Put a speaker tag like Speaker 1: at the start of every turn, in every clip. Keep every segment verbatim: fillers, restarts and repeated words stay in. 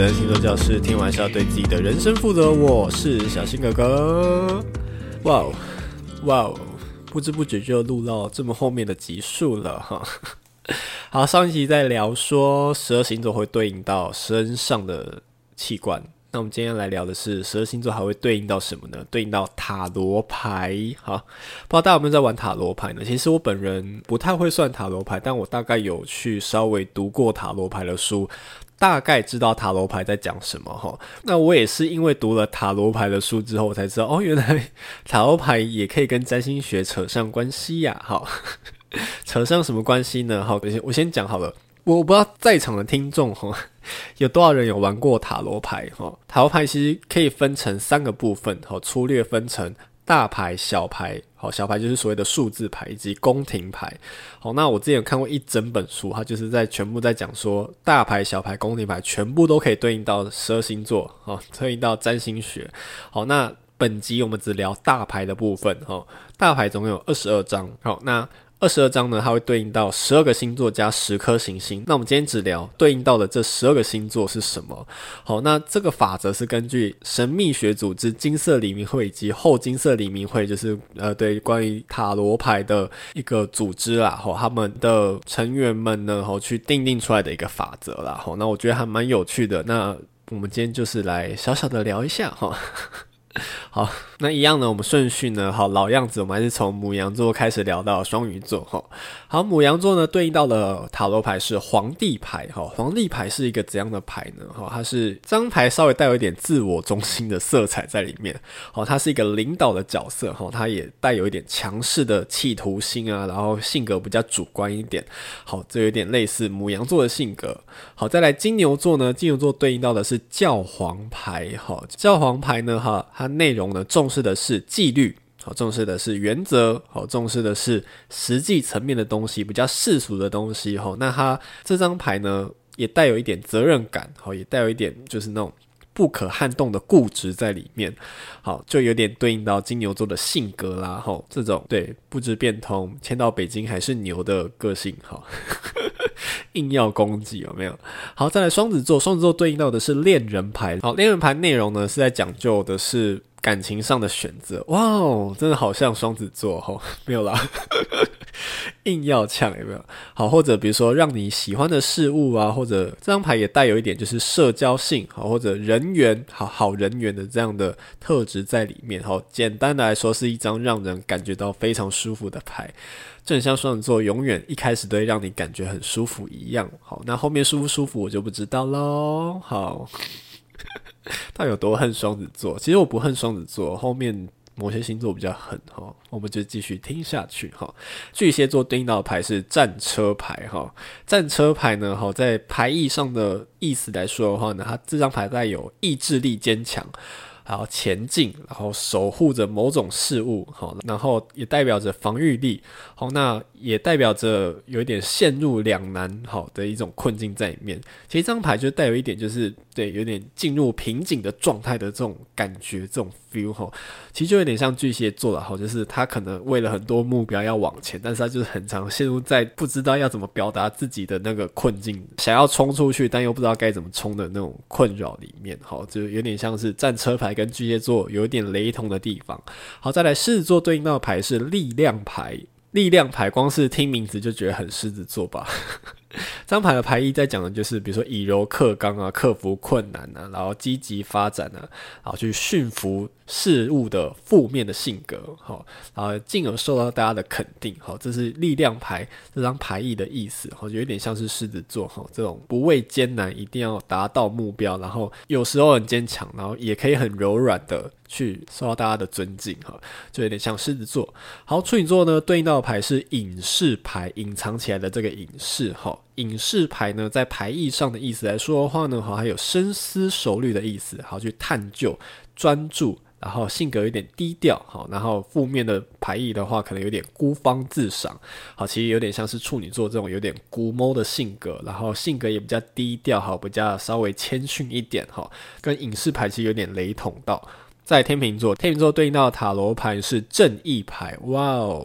Speaker 1: 责任星座教室，听完是要对自己的人生负责。我是小新哥哥。哇哦，哇哦，不知不觉就录到这么后面的集数了哈。好，上一集在聊说十二星座会对应到身上的器官，那我们今天来聊的是十二星座还会对应到什么呢？对应到塔罗牌。好，不知道大家有没有在玩塔罗牌呢？其实我本人不太会算塔罗牌，但我大概有去稍微读过塔罗牌的书，大概知道塔罗牌在讲什么齁。那我也是因为读了塔罗牌的书之后，我才知道哦，原来塔罗牌也可以跟占星学扯上关系呀。好，扯上什么关系呢？好，我先讲好了。我不知道在场的听众有多少人有玩过塔罗牌。塔罗牌其实可以分成三个部分，粗略分成大牌、小牌，小牌就是所谓的数字牌以及宫廷牌。好，那我之前有看过一整本书，它就是在全部在讲说大牌、小牌、宫廷牌全部都可以对应到十二星座，对应到占星学。好，那本集我们只聊大牌的部分。大牌总共有二十二张。好，那二十二张呢，它会对应到十二个星座加十颗行星。那我们今天只聊对应到的这十二个星座是什么。好，那这个法则是根据神秘学组织金色黎明会以及后金色黎明会，就是呃对关于塔罗牌的一个组织啦，齁他们的成员们呢齁去定定出来的一个法则啦。齁那我觉得还蛮有趣的。那我们今天就是来小小的聊一下齁。好，那一样呢，我们顺序呢，好，老样子，我们还是从牡羊座开始聊到双鱼座。好，牡羊座呢对应到的塔罗牌是皇帝牌。皇帝牌是一个怎样的牌呢？它是这张牌稍微带有一点自我中心的色彩在里面。它是一个领导的角色，它也带有一点强势的企图心啊，然后性格比较主观一点。好，这有点类似牡羊座的性格。好，再来金牛座呢，金牛座对应到的是教皇牌。好，教皇牌呢，哈。它内容呢重视的是纪律，好，重视的是原则，好，重视的是实际层面的东西，比较世俗的东西。好，那它这张牌呢也带有一点责任感，好，也带有一点就是那种不可撼动的固执在里面。好，就有点对应到金牛座的性格啦，齁这种对不知变通，迁到北京还是牛的个性。好，硬要攻击有没有？好，再来双子座，双子座对应到的是恋人牌。好，恋人牌内容呢是在讲究的是感情上的选择。哇哦，真的好像双子座齁，没有啦。硬要呛有没有？好，或者比如说让你喜欢的事物啊，或者这张牌也带有一点就是社交性，好，或者人缘，好好人缘的这样的特质在里面。好，简单的来说是一张让人感觉到非常舒服的牌，就很像双子座永远一开始都会让你感觉很舒服一样。好，那后面舒不舒服我就不知道咯。好，到底有多恨双子座？其实我不恨双子座，后面某些星座比较狠，我们就继续听下去。巨蟹座对应到的牌是战车牌。战车牌呢，在牌意上的意思来说的话呢，它这张牌带有意志力坚强，然后前进，然后守护着某种事物，然后也代表着防御力。好，那也代表着有一点陷入两难好的一种困境在里面。其实这张牌就带有一点就是对有点进入瓶颈的状态的这种感觉，这种 feel 齁其实就有点像巨蟹座啦，就是他可能为了很多目标要往前，但是他就是很常陷入在不知道要怎么表达自己的那个困境，想要冲出去但又不知道该怎么冲的那种困扰里面。齁就有点像是战车牌跟巨蟹座有一点雷同的地方。好，再来狮子座对应到的牌是力量牌。力量牌光是听名字就觉得很狮子座吧。这张牌的牌意在讲的就是比如说以柔克刚啊，克服困难啊，然后积极发展啊，然后去驯服事物的负面的性格，好，然后进而受到大家的肯定。好，这是力量牌这张牌意的意思。好，有点像是狮子座这种不畏艰难，一定要达到目标，然后有时候很坚强，然后也可以很柔软的去受到大家的尊敬，就有点像狮子座。好，处女座呢对应到的牌是隐士牌，隐藏起来的这个隐士。隐士牌呢在牌意上的意思来说的话呢，还有深思熟虑的意思，好，去探究专注，然后性格有点低调。好，然后负面的牌意的话可能有点孤芳自赏。好，其实有点像是处女座这种有点孤猫的性格，然后性格也比较低调，好，比较稍微谦逊一点，好，跟隐士牌其实有点雷同到。在天秤座，天秤座对应到的塔罗牌是正义牌。哇哦，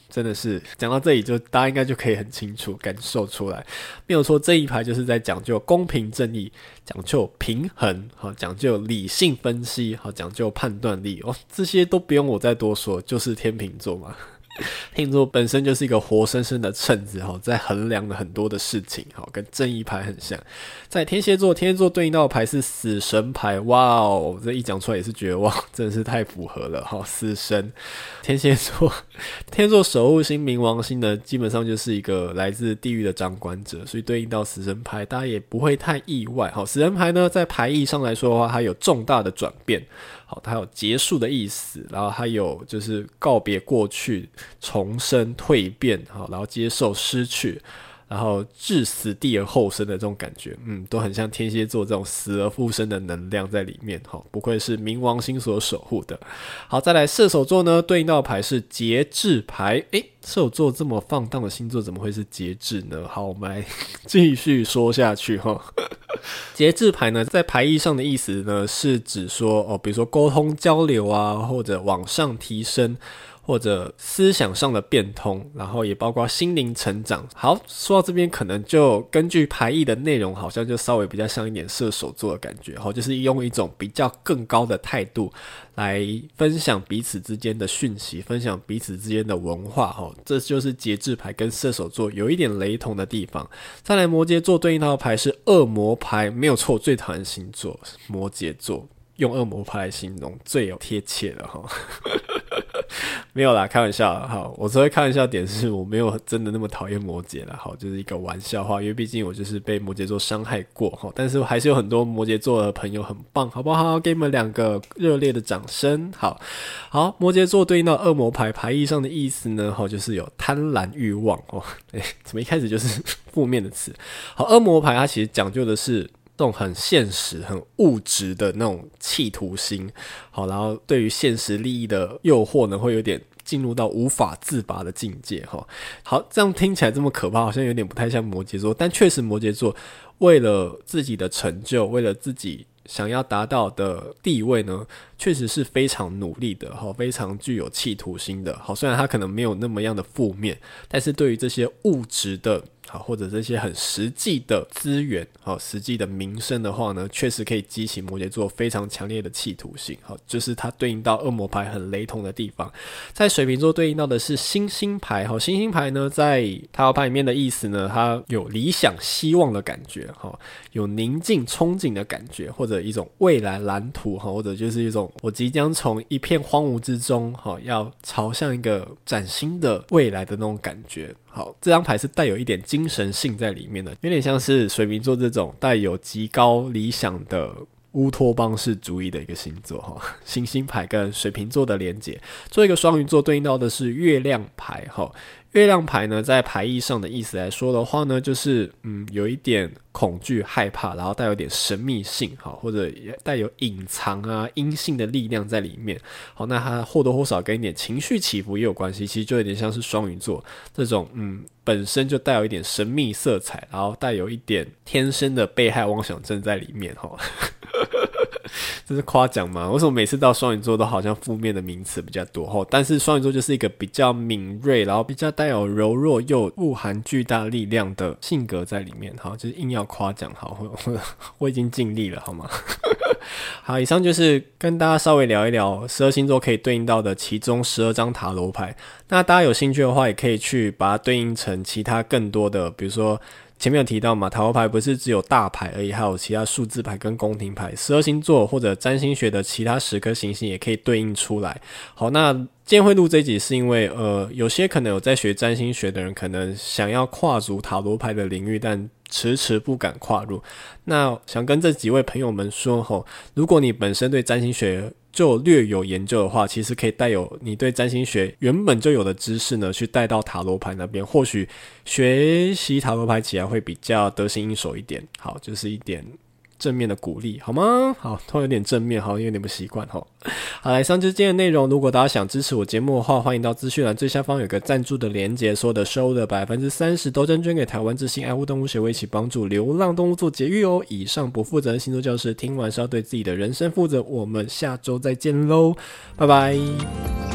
Speaker 1: 真的是讲到这里就大家应该就可以很清楚感受出来，没有错，这一排就是在讲究公平正义，讲究平衡，好，讲究理性分析，好，讲究判断力哦，这些都不用我再多说，就是天秤座嘛。天秤座本身就是一个活生生的秤子，在衡量了很多的事情，跟正义牌很像。在天蝎座，天蝎座对应到的牌是死神牌，哇哦，这一讲出来也是觉得哇，真的是太符合了，死神。天蝎座，天蝎座守护星冥王星呢，基本上就是一个来自地狱的掌管者，所以对应到死神牌，大家也不会太意外。死神牌呢，在牌意上来说的话，它有重大的转变。好，它有结束的意思，然后它有就是告别过去、重生、蜕变，好，然后接受失去，然后置死地而后生的这种感觉，嗯，都很像天蝎座这种死而复生的能量在里面，好，不愧是冥王星所守护的。好，再来射手座呢，对应到的牌是节制牌，诶，射手座这么放荡的星座，怎么会是节制呢？好，我们来继续说下去哈。节制牌呢，在牌意上的意思呢，是指说哦，比如说沟通交流啊，或者往上提升，或者思想上的变通，然后也包括心灵成长。好，说到这边可能就根据牌意的内容，好像就稍微比较像一点射手座的感觉，就是用一种比较更高的态度来分享彼此之间的讯息，分享彼此之间的文化，这就是节制牌跟射手座有一点雷同的地方。再来摩羯座对应到的牌是恶魔牌，没有错，最讨厌星座摩羯座，用恶魔牌来形容最有贴切了哈。没有啦，开玩笑啦。好，我只会开玩笑点是我没有真的那么讨厌摩羯啦，好，就是一个玩笑话，因为毕竟我就是被摩羯座伤害过，好，但是还是有很多摩羯座的朋友很棒，好不好？给你们两个热烈的掌声。好，好，摩羯座对应到恶魔牌牌意上的意思呢，好，就是有贪婪欲望哦。诶，怎么一开始就是负面的词？好，恶魔牌它其实讲究的是这种很现实、很物质的那种企图心，好，然后对于现实利益的诱惑呢，会有点进入到无法自拔的境界。好，这样听起来这么可怕，好像有点不太像摩羯座，但确实摩羯座为了自己的成就，为了自己想要达到的地位呢，确实是非常努力的，非常具有企图心的。好，虽然他可能没有那么样的负面，但是对于这些物质的好，或者这些很实际的资源，好，实际的民生的话呢，确实可以激起摩羯座非常强烈的企图性。好，就是它对应到恶魔牌很雷同的地方。在水瓶座对应到的是星星牌。好，星星牌呢，在塔罗牌里面的意思呢，它有理想、希望的感觉，好，有宁静、憧憬的感觉，或者一种未来蓝图，或者就是一种我即将从一片荒芜之中，好，要朝向一个崭新的未来的那种感觉。好，这张牌是带有一点精神性在里面的，有点像是水瓶座这种带有极高理想的乌托邦式主义的一个星座。星星牌跟水瓶座的连结，做一个双鱼座对应到的是月亮牌。月亮牌呢，在牌意上的意思来说的话呢，就是嗯，有一点恐惧、害怕，然后带有点神秘性，好，或者带有隐藏啊、阴性的力量在里面。好，那它或多或少跟一点情绪起伏也有关系，其实就有点像是双鱼座这种，嗯，本身就带有一点神秘色彩，然后带有一点天生的被害妄想症在里面，哈。这是夸奖吗？为什么每次到双鱼座都好像负面的名词比较多？但是双鱼座就是一个比较敏锐，然后比较带有柔弱又富含巨大力量的性格在里面。好，就是硬要夸奖，好，我, 我, 我已经尽力了，好吗？好，以上就是跟大家稍微聊一聊十二星座可以对应到的其中十二张塔罗牌。那大家有兴趣的话，也可以去把它对应成其他更多的，比如说前面有提到嘛，塔罗牌不是只有大牌而已，还有其他数字牌跟宫廷牌，十二星座或者占星学的其他十颗行星也可以对应出来。好，那今天会录这一集是因为呃，有些可能有在学占星学的人可能想要跨足塔罗牌的领域，但迟迟不敢跨入。那想跟这几位朋友们说吼，如果你本身对占星学就略有研究的话，其实可以带有你对占星学原本就有的知识呢，去带到塔罗牌那边，或许学习塔罗牌起来会比较得心应手一点。好，就是一点正面的鼓励，好吗？好，突然有点正面，好像有点不习惯齁。好，以上就是今天的内容。如果大家想支持我节目的话，欢迎到资讯栏最下方有个赞助的连结，所有的收入的 百分之三十 都将捐给台湾之心爱护动物协会，一起帮助流浪动物做节育哦。以上不负责任星座教室，听完是要对自己的人生负责。我们下周再见喽，拜拜。